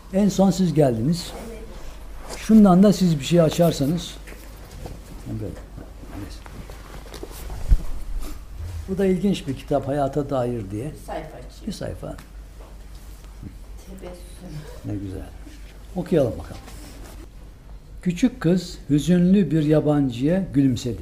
En son siz geldiniz. Şundan da siz bir şey açarsanız. Böyle. Bu da ilginç bir kitap, hayata dair diye. Bir sayfa açayım. Bir sayfa. Tebessüm. Ne güzel. Okuyalım bakalım. Küçük kız hüzünlü bir yabancıya gülümsedi.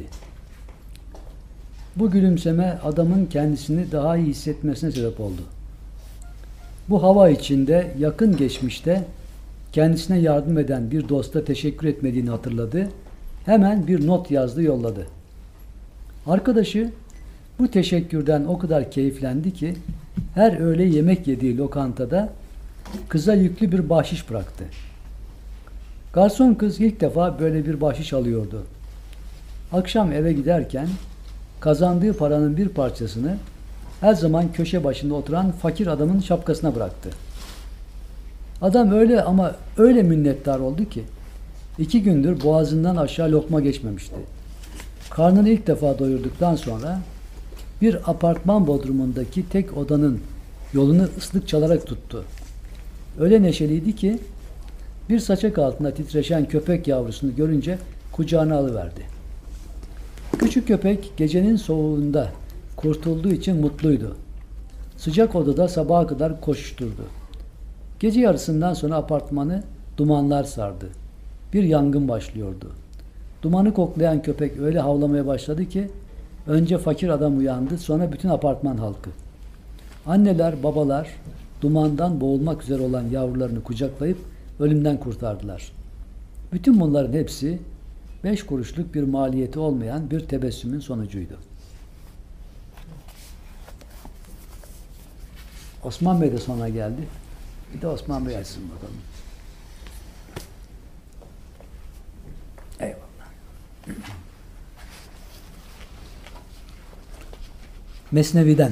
Bu gülümseme adamın kendisini daha iyi hissetmesine sebep oldu. Bu hava içinde yakın geçmişte kendisine yardım eden bir dosta teşekkür etmediğini hatırladı. Hemen bir not yazdı, yolladı. Arkadaşı bu teşekkürden o kadar keyiflendi ki her öğle yemek yediği lokantada kıza yüklü bir bahşiş bıraktı. Garson kız ilk defa böyle bir bahşiş alıyordu. Akşam eve giderken kazandığı paranın bir parçasını her zaman köşe başında oturan fakir adamın şapkasına bıraktı. Adam öyle ama öyle minnettar oldu ki 2 gündür boğazından aşağı lokma geçmemişti. Karnını ilk defa doyurduktan sonra bir apartman bodrumundaki tek odanın yolunu ıslık çalarak tuttu. Öyle neşeliydi ki bir saçak altında titreşen köpek yavrusunu görünce kucağına alıverdi. Küçük köpek gecenin soğuğunda kurtulduğu için mutluydu. Sıcak odada sabaha kadar koşuşturdu. Gece yarısından sonra apartmanı dumanlar sardı. Bir yangın başlıyordu. Dumanı koklayan köpek öyle havlamaya başladı ki önce fakir adam uyandı, sonra bütün apartman halkı. Anneler, babalar dumandan boğulmak üzere olan yavrularını kucaklayıp ölümden kurtardılar. Bütün bunların hepsi 5 kuruşluk bir maliyeti olmayan bir tebessümün sonucuydu. Osman Bey de sonra geldi. Bir de Osman Bey açsın bakalım. Eyvallah. Mesnevi'den.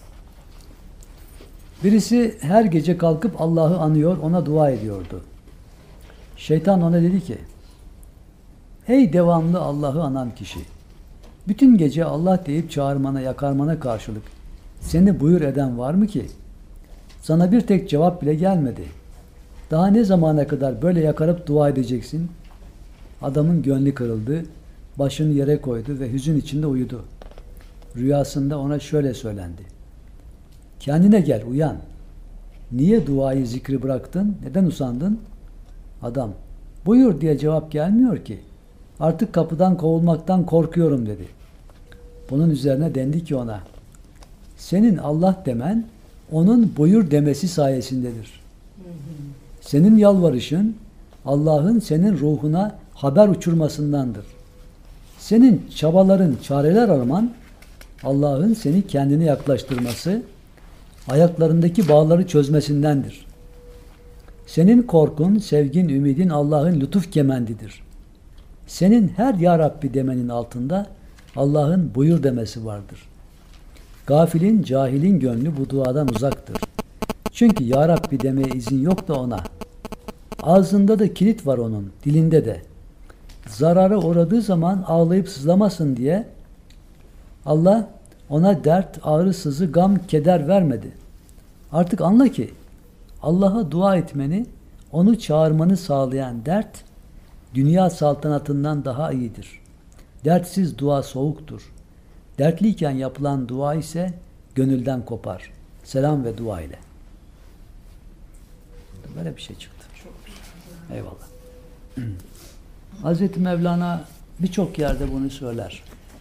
Birisi her gece kalkıp Allah'ı anıyor, ona dua ediyordu. Şeytan ona dedi ki, ey devamlı Allah'ı anan kişi, bütün gece Allah deyip çağırmana, yakarmana karşılık seni buyur eden var mı ki? Sana bir tek cevap bile gelmedi. Daha ne zamana kadar böyle yakarıp dua edeceksin? Adamın gönlü kırıldı, başını yere koydu ve hüzün içinde uyudu. Rüyasında ona şöyle söylendi. Kendine gel, uyan. Niye duayı, zikri bıraktın? Neden usandın? Adam, buyur diye cevap gelmiyor ki. Artık kapıdan kovulmaktan korkuyorum dedi. Bunun üzerine dendi ki ona, senin Allah demen, onun buyur demesi sayesindedir. Senin yalvarışın, Allah'ın senin ruhuna haber uçurmasındandır. Senin çabaların, çareler araman, Allah'ın seni kendine yaklaştırması, ayaklarındaki bağları çözmesindendir. Senin korkun, sevgin, ümidin Allah'ın lütuf kemendidir. Senin her Ya Rabbi demenin altında Allah'ın buyur demesi vardır. Gafilin, cahilin gönlü bu duadan uzaktır. Çünkü Ya Rabbi demeye izin yok da ona. Ağzında da kilit var onun, dilinde de. Zarara uğradığı zaman ağlayıp sızlamasın diye Allah ona dert, ağrı, sızı, gam, keder vermedi. Artık anla ki Allah'a dua etmeni, onu çağırmanı sağlayan dert, dünya saltanatından daha iyidir. Dertsiz dua soğuktur. Dertliyken yapılan dua ise gönülden kopar. Selam ve dua ile. Böyle bir şey çıktı. Eyvallah. Hazreti Mevlana birçok yerde bunu söyler.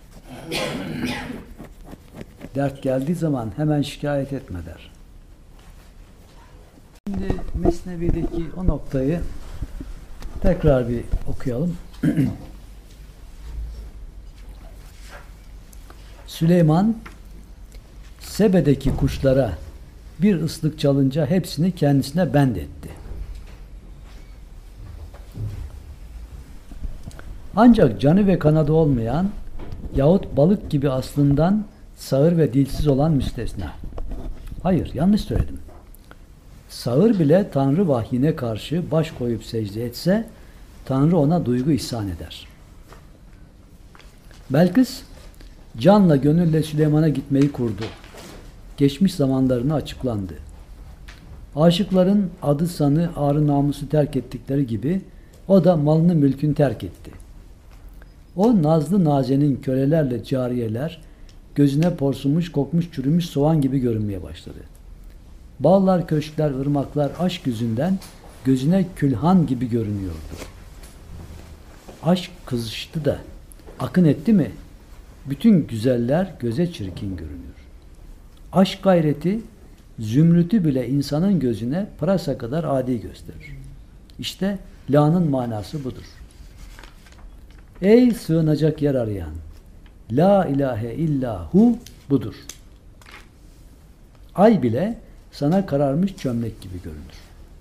Dert geldiği zaman hemen şikayet etme der. Şimdi Mesnevi'deki o noktayı tekrar bir okuyalım. Süleyman Sebe'deki kuşlara bir ıslık çalınca hepsini kendisine bendetti. Ancak canı ve kanadı olmayan yahut balık gibi aslından sağır ve dilsiz olan müstesna. Hayır, yanlış söyledim. Sağır bile Tanrı vahyine karşı baş koyup secde etse, Tanrı ona duygu ihsan eder. Belkıs, canla gönülle Süleyman'a gitmeyi kurdu. Geçmiş zamanlarına açıklandı. Aşıkların adı sanı, ağrı namusu terk ettikleri gibi o da malını mülkünü terk etti. O nazlı nazenin kölelerle cariyeler gözüne porsunmuş, kokmuş, çürümüş soğan gibi görünmeye başladı. Bağlar, köşkler, ırmaklar aşk yüzünden gözüne külhan gibi görünüyordu. Aşk kızıştı da akın etti mi bütün güzeller göze çirkin görünür. Aşk gayreti zümrütü bile insanın gözüne pırasa kadar adi gösterir. İşte la'nın manası budur. Ey sığınacak yer arayan, la ilahe illahu budur. Ay bile sana kararmış çömlek gibi görünür.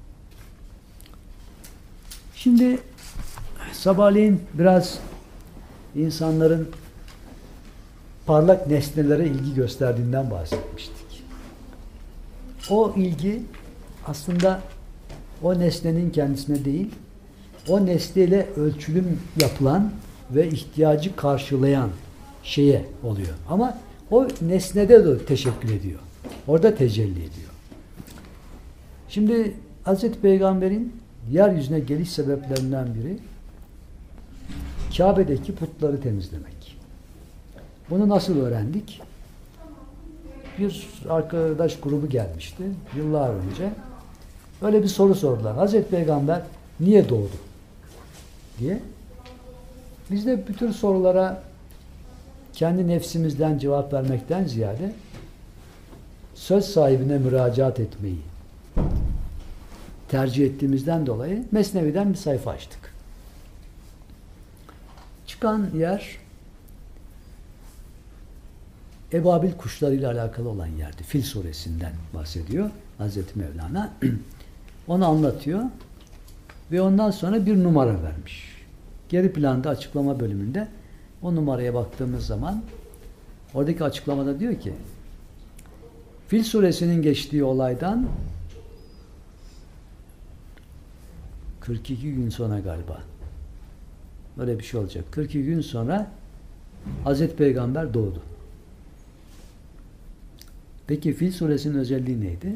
Şimdi sabahleyin biraz insanların parlak nesnelere ilgi gösterdiğinden bahsetmiştik. O ilgi aslında o nesnenin kendisine değil, o nesneyle ölçülüm yapılan ve ihtiyacı karşılayan şeye oluyor. Ama o nesnede de teşekkür ediyor. Orada tecelli ediyor. Şimdi Hz. Peygamber'in yeryüzüne geliş sebeplerinden biri Kabe'deki putları temizlemek. Bunu nasıl öğrendik? Bir arkadaş grubu gelmişti yıllar önce. Öyle bir soru sordular. Hazreti Peygamber niye doğdu? Diye. Biz de bütün sorulara kendi nefsimizden cevap vermekten ziyade söz sahibine müracaat etmeyi tercih ettiğimizden dolayı Mesnevi'den bir sayfa açtık. Çıkan yer ebabil kuşlarıyla alakalı olan yerdi. Fil suresinden bahsediyor Hazreti Mevlana. Onu anlatıyor ve ondan sonra bir numara vermiş. Geri planda açıklama bölümünde o numaraya baktığımız zaman oradaki açıklamada diyor ki Fil suresinin geçtiği olaydan 42 gün sonra galiba böyle bir şey olacak. 42 gün sonra Hazreti Peygamber doğdu. Peki Fil suresinin özelliği neydi?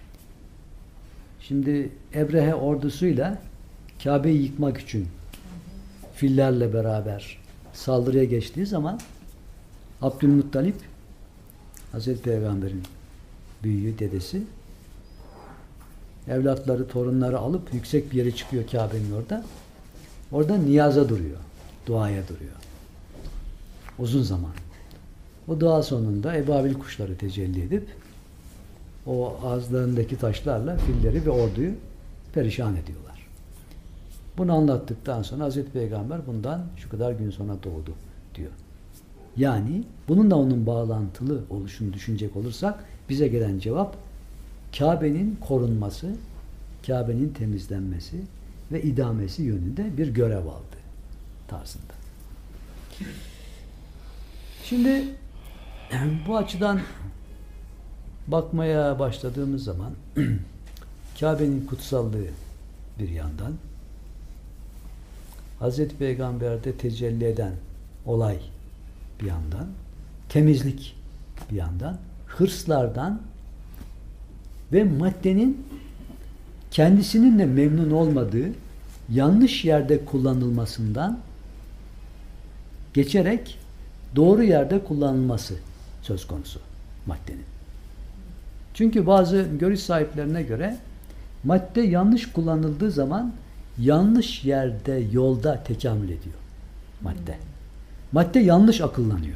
Şimdi Ebrehe ordusuyla Kabe'yi yıkmak için fillerle beraber saldırıya geçtiği zaman Abdülmuttalip Hazreti Peygamber'in büyüğü, dedesi evlatları, torunları alıp yüksek bir yere çıkıyor Kabe'nin orada. Orada niyaza duruyor. Duaya duruyor. Uzun zaman. O dua sonunda ebabil kuşları tecelli edip o ağızlarındaki taşlarla filleri ve orduyu perişan ediyorlar. Bunu anlattıktan sonra Hazreti Peygamber bundan şu kadar gün sonra doğdu diyor. Yani bununla onun bağlantılı oluşunu düşünecek olursak bize gelen cevap Kabe'nin korunması, Kabe'nin temizlenmesi ve idamesi yönünde bir görev aldı tarzında. Şimdi bu açıdan bakmaya başladığımız zaman Kabe'nin kutsallığı bir yandan, Hazreti Peygamber'de tecelli eden olay bir yandan, temizlik bir yandan, hırslardan ve maddenin kendisinin de memnun olmadığı yanlış yerde kullanılmasından geçerek doğru yerde kullanılması söz konusu maddenin. Çünkü bazı görüş sahiplerine göre madde yanlış kullanıldığı zaman yanlış yerde, yolda tekamül ediyor madde. Madde yanlış akıllanıyor.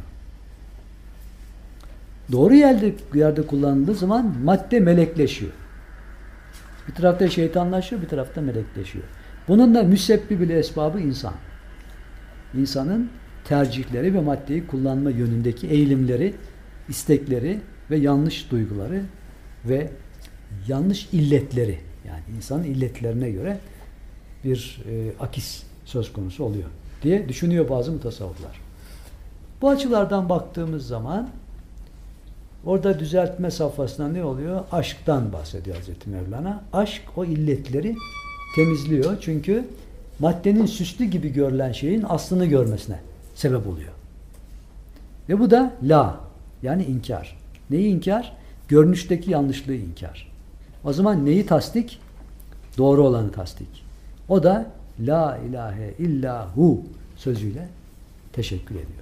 Doğru yerde kullanıldığı zaman madde melekleşiyor. Bir tarafta şeytanlaşıyor, bir tarafta melekleşiyor. Bunun da müsebbibil esbabı insan. İnsanın tercihleri ve maddeyi kullanma yönündeki eğilimleri, istekleri ve yanlış duyguları ve yanlış illetleri, yani insanın illetlerine göre bir akis söz konusu oluyor diye düşünüyor bazı mutasavvıflar. Bu açılardan baktığımız zaman orada düzeltme safhasında ne oluyor? Aşktan bahsediyor Hazreti Mevlana. Aşk o illetleri temizliyor. Çünkü maddenin süslü gibi görülen şeyin aslını görmesine sebep oluyor. Ve bu da la, yani inkar. Neyi inkar? Görünüşteki yanlışlığı inkar. O zaman neyi tasdik? Doğru olanı tasdik. O da La ilahe illahu sözüyle teşekkür ediyor.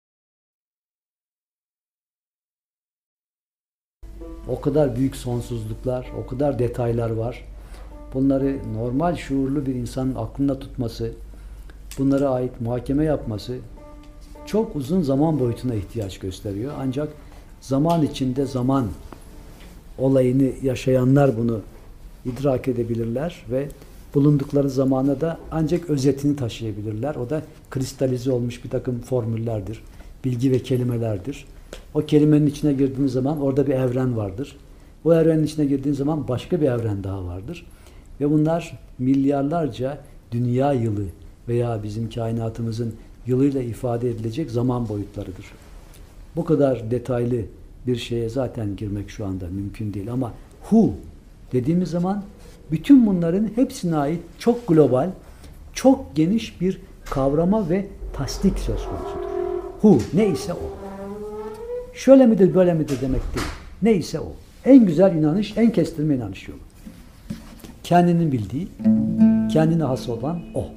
O kadar büyük sonsuzluklar, o kadar detaylar var. Bunları normal şuurlu bir insanın aklında tutması, bunlara ait muhakeme yapması çok uzun zaman boyutuna ihtiyaç gösteriyor. Ancak zaman içinde zaman olayını yaşayanlar bunu idrak edebilirler ve bulundukları zamana da ancak özetini taşıyabilirler. O da kristalize olmuş bir takım formüllerdir, bilgi ve kelimelerdir. O kelimenin içine girdiğin zaman orada bir evren vardır. O evrenin içine girdiğin zaman başka bir evren daha vardır. Ve bunlar milyarlarca dünya yılı veya bizim kainatımızın yılıyla ifade edilecek zaman boyutlarıdır. Bu kadar detaylı bir şeye zaten girmek şu anda mümkün değil ama hu dediğimiz zaman bütün bunların hepsine ait çok global, çok geniş bir kavrama ve tasdik söz konusudur. Hu neyse o. Şöyle midir böyle midir demek değil. Neyse o. En güzel inanış, en kestirme inanış yolu. Kendinin bildiği, kendine has olan o.